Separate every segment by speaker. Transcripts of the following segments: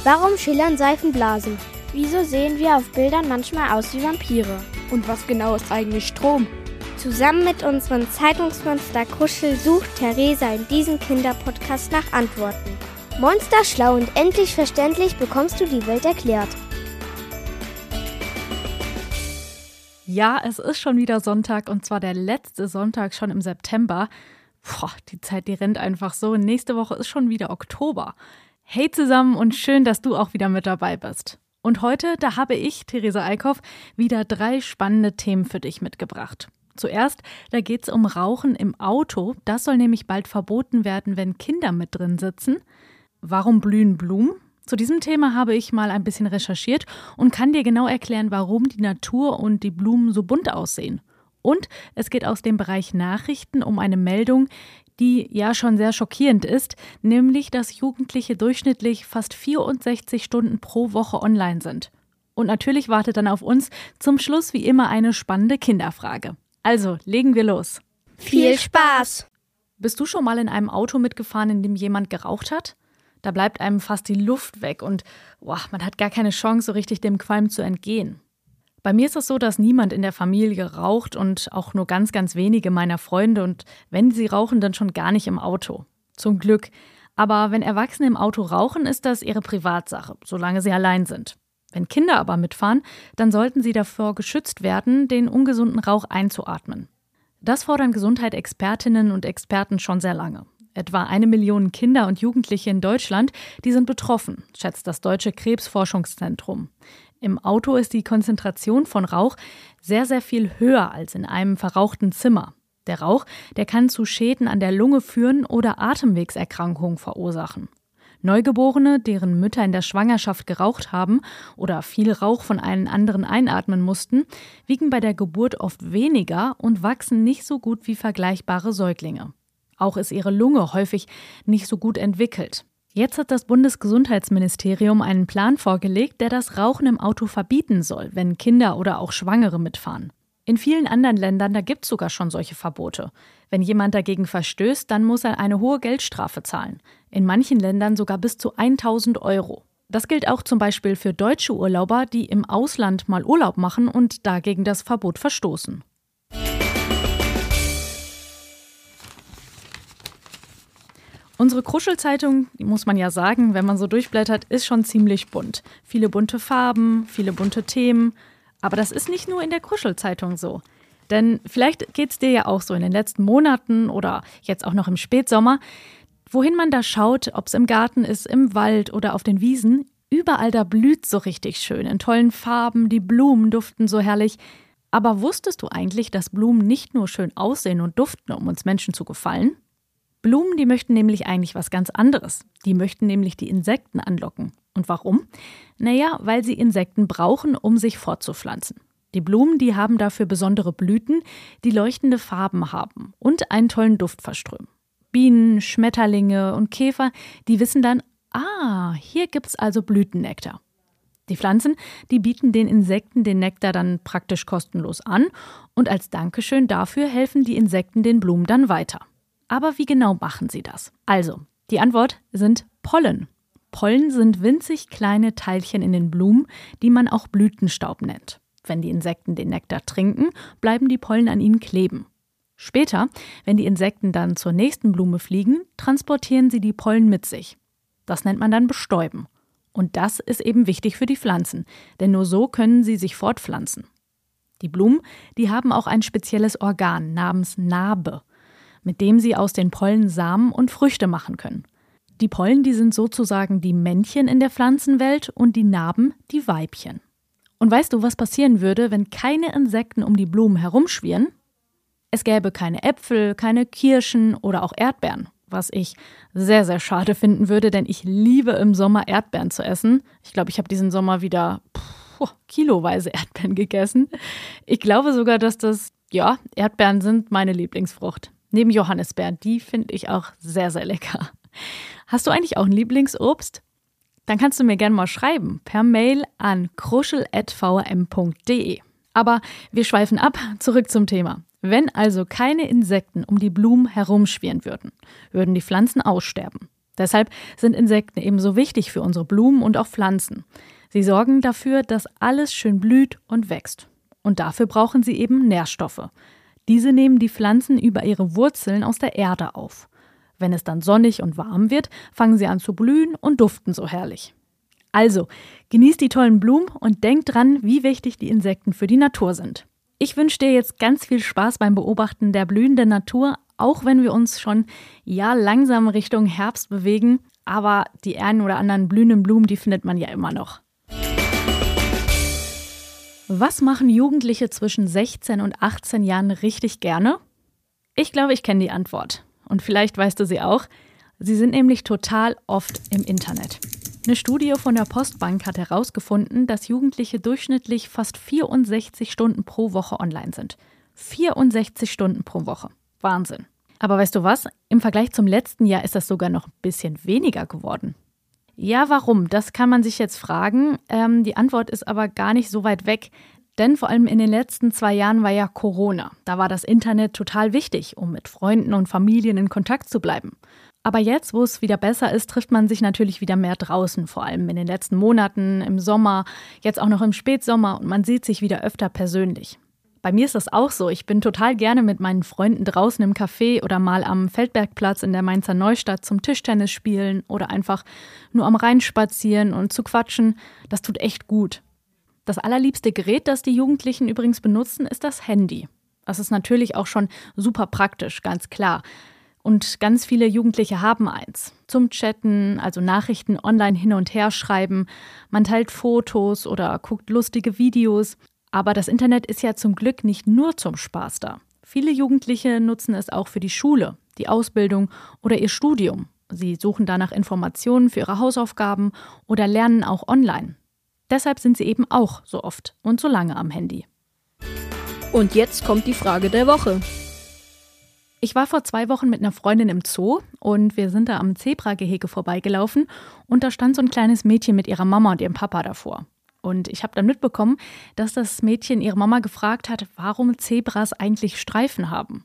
Speaker 1: Warum schillern Seifenblasen? Wieso sehen wir auf Bildern manchmal aus wie Vampire?
Speaker 2: Und was genau ist eigentlich Strom?
Speaker 1: Zusammen mit unserem Zeitungsmonster Kuschel sucht Theresa in diesem Kinderpodcast nach Antworten. Monster schlau und endlich verständlich bekommst du die Welt erklärt.
Speaker 3: Ja, es ist schon wieder Sonntag und zwar der letzte Sonntag schon im September. Die Zeit, die rennt einfach so. Nächste Woche ist schon wieder Oktober. Hey zusammen und schön, dass du auch wieder mit dabei bist. Und heute, da habe ich, Theresa Eickhoff, wieder 3 spannende Themen für dich mitgebracht. Zuerst, da geht es um Rauchen im Auto. Das soll nämlich bald verboten werden, wenn Kinder mit drin sitzen. Warum blühen Blumen? Zu diesem Thema habe ich mal ein bisschen recherchiert und kann dir genau erklären, warum die Natur und die Blumen so bunt aussehen. Und es geht aus dem Bereich Nachrichten um eine Meldung, die ja schon sehr schockierend ist, nämlich, dass Jugendliche durchschnittlich fast 64 Stunden pro Woche online sind. Und natürlich wartet dann auf uns zum Schluss wie immer eine spannende Kinderfrage. Also, legen wir los.
Speaker 1: Viel Spaß!
Speaker 3: Bist du schon mal in einem Auto mitgefahren, in dem jemand geraucht hat? Da bleibt einem fast die Luft weg und man hat gar keine Chance, so richtig dem Qualm zu entgehen. Bei mir ist es so, dass niemand in der Familie raucht und auch nur ganz, ganz wenige meiner Freunde. Und wenn sie rauchen, dann schon gar nicht im Auto. Zum Glück. Aber wenn Erwachsene im Auto rauchen, ist das ihre Privatsache, solange sie allein sind. Wenn Kinder aber mitfahren, dann sollten sie davor geschützt werden, den ungesunden Rauch einzuatmen. Das fordern Gesundheitsexpertinnen und Experten schon sehr lange. Etwa 1 Million Kinder und Jugendliche in Deutschland, die sind betroffen, schätzt das Deutsche Krebsforschungszentrum. Im Auto ist die Konzentration von Rauch sehr, sehr viel höher als in einem verrauchten Zimmer. Der Rauch, der kann zu Schäden an der Lunge führen oder Atemwegserkrankungen verursachen. Neugeborene, deren Mütter in der Schwangerschaft geraucht haben oder viel Rauch von allen anderen einatmen mussten, wiegen bei der Geburt oft weniger und wachsen nicht so gut wie vergleichbare Säuglinge. Auch ist ihre Lunge häufig nicht so gut entwickelt. Jetzt hat das Bundesgesundheitsministerium einen Plan vorgelegt, der das Rauchen im Auto verbieten soll, wenn Kinder oder auch Schwangere mitfahren. In vielen anderen Ländern, da gibt es sogar schon solche Verbote. Wenn jemand dagegen verstößt, dann muss er eine hohe Geldstrafe zahlen. In manchen Ländern sogar bis zu 1.000 €. Das gilt auch zum Beispiel für deutsche Urlauber, die im Ausland mal Urlaub machen und dagegen das Verbot verstoßen. Unsere Kruschelzeitung, die muss man ja sagen, wenn man so durchblättert, ist schon ziemlich bunt. Viele bunte Farben, viele bunte Themen. Aber das ist nicht nur in der Kruschelzeitung so. Denn vielleicht geht es dir ja auch so in den letzten Monaten oder jetzt auch noch im Spätsommer. Wohin man da schaut, ob es im Garten ist, im Wald oder auf den Wiesen, überall da blüht so richtig schön, in tollen Farben, die Blumen duften so herrlich. Aber wusstest du eigentlich, dass Blumen nicht nur schön aussehen und duften, um uns Menschen zu gefallen? Blumen, die möchten nämlich eigentlich was ganz anderes. Die möchten nämlich die Insekten anlocken. Und warum? Naja, weil sie Insekten brauchen, um sich fortzupflanzen. Die Blumen, die haben dafür besondere Blüten, die leuchtende Farben haben und einen tollen Duft verströmen. Bienen, Schmetterlinge und Käfer, die wissen dann, hier gibt's also Blütennektar. Die Pflanzen, die bieten den Insekten den Nektar dann praktisch kostenlos an und als Dankeschön dafür helfen die Insekten den Blumen dann weiter. Aber wie genau machen sie das? Also, die Antwort sind Pollen. Pollen sind winzig kleine Teilchen in den Blumen, die man auch Blütenstaub nennt. Wenn die Insekten den Nektar trinken, bleiben die Pollen an ihnen kleben. Später, wenn die Insekten dann zur nächsten Blume fliegen, transportieren sie die Pollen mit sich. Das nennt man dann Bestäuben. Und das ist eben wichtig für die Pflanzen, denn nur so können sie sich fortpflanzen. Die Blumen, die haben auch ein spezielles Organ namens Narbe, mit dem sie aus den Pollen Samen und Früchte machen können. Die Pollen, die sind sozusagen die Männchen in der Pflanzenwelt und die Narben die Weibchen. Und weißt du, was passieren würde, wenn keine Insekten um die Blumen herumschwirren? Es gäbe keine Äpfel, keine Kirschen oder auch Erdbeeren, was ich sehr, sehr schade finden würde, denn ich liebe im Sommer Erdbeeren zu essen. Ich glaube, ich habe diesen Sommer wieder kiloweise Erdbeeren gegessen. Ich glaube sogar, dass Erdbeeren sind meine Lieblingsfrucht. Neben Johannisbeeren, die finde ich auch sehr, sehr lecker. Hast du eigentlich auch ein Lieblingsobst? Dann kannst du mir gerne mal schreiben, per Mail an kruschel@vrm.de. Aber wir schweifen ab, zurück zum Thema. Wenn also keine Insekten um die Blumen herumschwirren würden, würden die Pflanzen aussterben. Deshalb sind Insekten ebenso wichtig für unsere Blumen und auch Pflanzen. Sie sorgen dafür, dass alles schön blüht und wächst. Und dafür brauchen sie eben Nährstoffe. Diese nehmen die Pflanzen über ihre Wurzeln aus der Erde auf. Wenn es dann sonnig und warm wird, fangen sie an zu blühen und duften so herrlich. Also, genießt die tollen Blumen und denkt dran, wie wichtig die Insekten für die Natur sind. Ich wünsche dir jetzt ganz viel Spaß beim Beobachten der blühenden Natur, auch wenn wir uns schon langsam Richtung Herbst bewegen. Aber die einen oder anderen blühenden Blumen, die findet man ja immer noch. Was machen Jugendliche zwischen 16 und 18 Jahren richtig gerne? Ich glaube, ich kenne die Antwort. Und vielleicht weißt du sie auch. Sie sind nämlich total oft im Internet. Eine Studie von der Postbank hat herausgefunden, dass Jugendliche durchschnittlich fast 64 Stunden pro Woche online sind. 64 Stunden pro Woche. Wahnsinn. Aber weißt du was? Im Vergleich zum letzten Jahr ist das sogar noch ein bisschen weniger geworden. Ja, warum? Das kann man sich jetzt fragen. Die Antwort ist aber gar nicht so weit weg. Denn vor allem in den letzten 2 Jahren war ja Corona. Da war das Internet total wichtig, um mit Freunden und Familien in Kontakt zu bleiben. Aber jetzt, wo es wieder besser ist, trifft man sich natürlich wieder mehr draußen. Vor allem in den letzten Monaten, im Sommer, jetzt auch noch im Spätsommer. Und man sieht sich wieder öfter persönlich. Bei mir ist das auch so. Ich bin total gerne mit meinen Freunden draußen im Café oder mal am Feldbergplatz in der Mainzer Neustadt zum Tischtennis spielen oder einfach nur am Rhein spazieren und zu quatschen. Das tut echt gut. Das allerliebste Gerät, das die Jugendlichen übrigens benutzen, ist das Handy. Das ist natürlich auch schon super praktisch, ganz klar. Und ganz viele Jugendliche haben eins. Zum Chatten, also Nachrichten online hin und her schreiben. Man teilt Fotos oder guckt lustige Videos. Aber das Internet ist ja zum Glück nicht nur zum Spaß da. Viele Jugendliche nutzen es auch für die Schule, die Ausbildung oder ihr Studium. Sie suchen danach Informationen für ihre Hausaufgaben oder lernen auch online. Deshalb sind sie eben auch so oft und so lange am Handy.
Speaker 2: Und jetzt kommt die Frage der Woche.
Speaker 3: Ich war vor 2 Wochen mit einer Freundin im Zoo und wir sind da am Zebragehege vorbeigelaufen und da stand so ein kleines Mädchen mit ihrer Mama und ihrem Papa davor. Und ich habe dann mitbekommen, dass das Mädchen ihre Mama gefragt hat, warum Zebras eigentlich Streifen haben.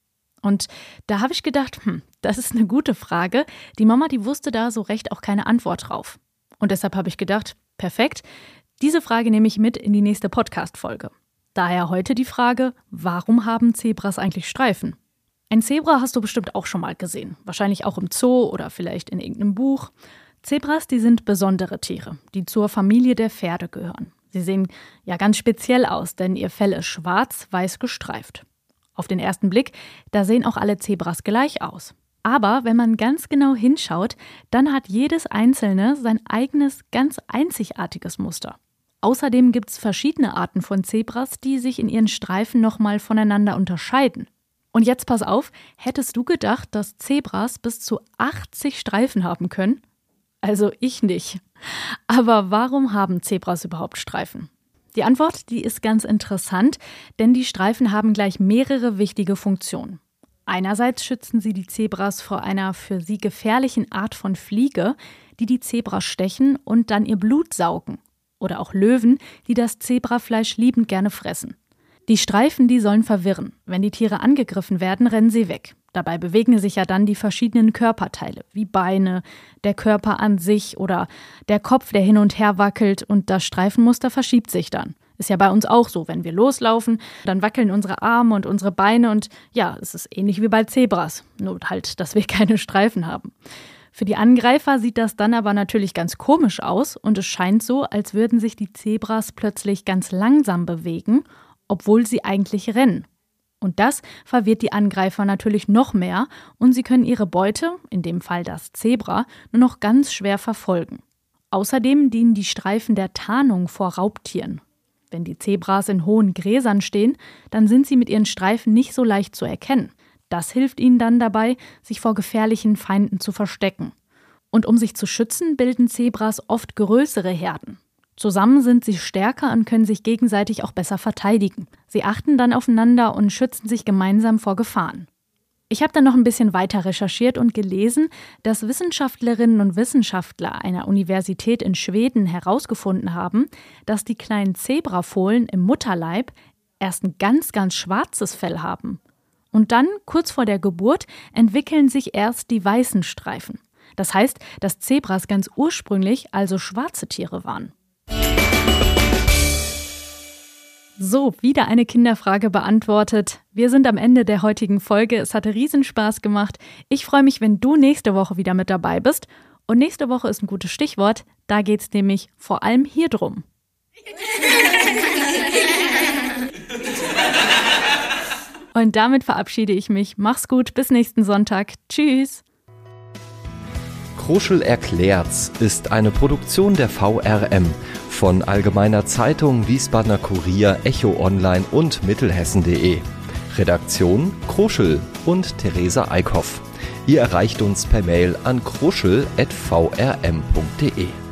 Speaker 3: Und da habe ich gedacht, das ist eine gute Frage. Die Mama, die wusste da so recht auch keine Antwort drauf. Und deshalb habe ich gedacht, perfekt, diese Frage nehme ich mit in die nächste Podcast-Folge. Daher heute die Frage, warum haben Zebras eigentlich Streifen? Ein Zebra hast du bestimmt auch schon mal gesehen. Wahrscheinlich auch im Zoo oder vielleicht in irgendeinem Buch. Zebras, die sind besondere Tiere, die zur Familie der Pferde gehören. Sie sehen ja ganz speziell aus, denn ihr Fell ist schwarz-weiß gestreift. Auf den ersten Blick, da sehen auch alle Zebras gleich aus. Aber wenn man ganz genau hinschaut, dann hat jedes einzelne sein eigenes, ganz einzigartiges Muster. Außerdem gibt es verschiedene Arten von Zebras, die sich in ihren Streifen nochmal voneinander unterscheiden. Und jetzt pass auf, hättest du gedacht, dass Zebras bis zu 80 Streifen haben können? Also ich nicht. Aber warum haben Zebras überhaupt Streifen? Die Antwort, die ist ganz interessant, denn die Streifen haben gleich mehrere wichtige Funktionen. Einerseits schützen sie die Zebras vor einer für sie gefährlichen Art von Fliege, die die Zebras stechen und dann ihr Blut saugen. Oder auch Löwen, die das Zebrafleisch liebend gerne fressen. Die Streifen, die sollen verwirren. Wenn die Tiere angegriffen werden, rennen sie weg. Dabei bewegen sich ja dann die verschiedenen Körperteile, wie Beine, der Körper an sich oder der Kopf, der hin und her wackelt und das Streifenmuster verschiebt sich dann. Ist ja bei uns auch so, wenn wir loslaufen, dann wackeln unsere Arme und unsere Beine und ja, es ist ähnlich wie bei Zebras, nur halt, dass wir keine Streifen haben. Für die Angreifer sieht das dann aber natürlich ganz komisch aus und es scheint so, als würden sich die Zebras plötzlich ganz langsam bewegen, obwohl sie eigentlich rennen. Und das verwirrt die Angreifer natürlich noch mehr und sie können ihre Beute, in dem Fall das Zebra, nur noch ganz schwer verfolgen. Außerdem dienen die Streifen der Tarnung vor Raubtieren. Wenn die Zebras in hohen Gräsern stehen, dann sind sie mit ihren Streifen nicht so leicht zu erkennen. Das hilft ihnen dann dabei, sich vor gefährlichen Feinden zu verstecken. Und um sich zu schützen, bilden Zebras oft größere Herden. Zusammen sind sie stärker und können sich gegenseitig auch besser verteidigen. Sie achten dann aufeinander und schützen sich gemeinsam vor Gefahren. Ich habe dann noch ein bisschen weiter recherchiert und gelesen, dass Wissenschaftlerinnen und Wissenschaftler einer Universität in Schweden herausgefunden haben, dass die kleinen Zebrafohlen im Mutterleib erst ein ganz, ganz schwarzes Fell haben. Und dann, kurz vor der Geburt, entwickeln sich erst die weißen Streifen. Das heißt, dass Zebras ganz ursprünglich also schwarze Tiere waren. So, wieder eine Kinderfrage beantwortet. Wir sind am Ende der heutigen Folge. Es hatte Riesenspaß gemacht. Ich freue mich, wenn du nächste Woche wieder mit dabei bist. Und nächste Woche ist ein gutes Stichwort. Da geht es nämlich vor allem hier drum. Und damit verabschiede ich mich. Mach's gut, bis nächsten Sonntag. Tschüss.
Speaker 4: Kruschel erklärt's ist eine Produktion der VRM von Allgemeiner Zeitung, Wiesbadener Kurier, Echo Online und Mittelhessen.de. Redaktion Kruschel und Theresa Eickhoff. Ihr erreicht uns per Mail an kruschel@vrm.de.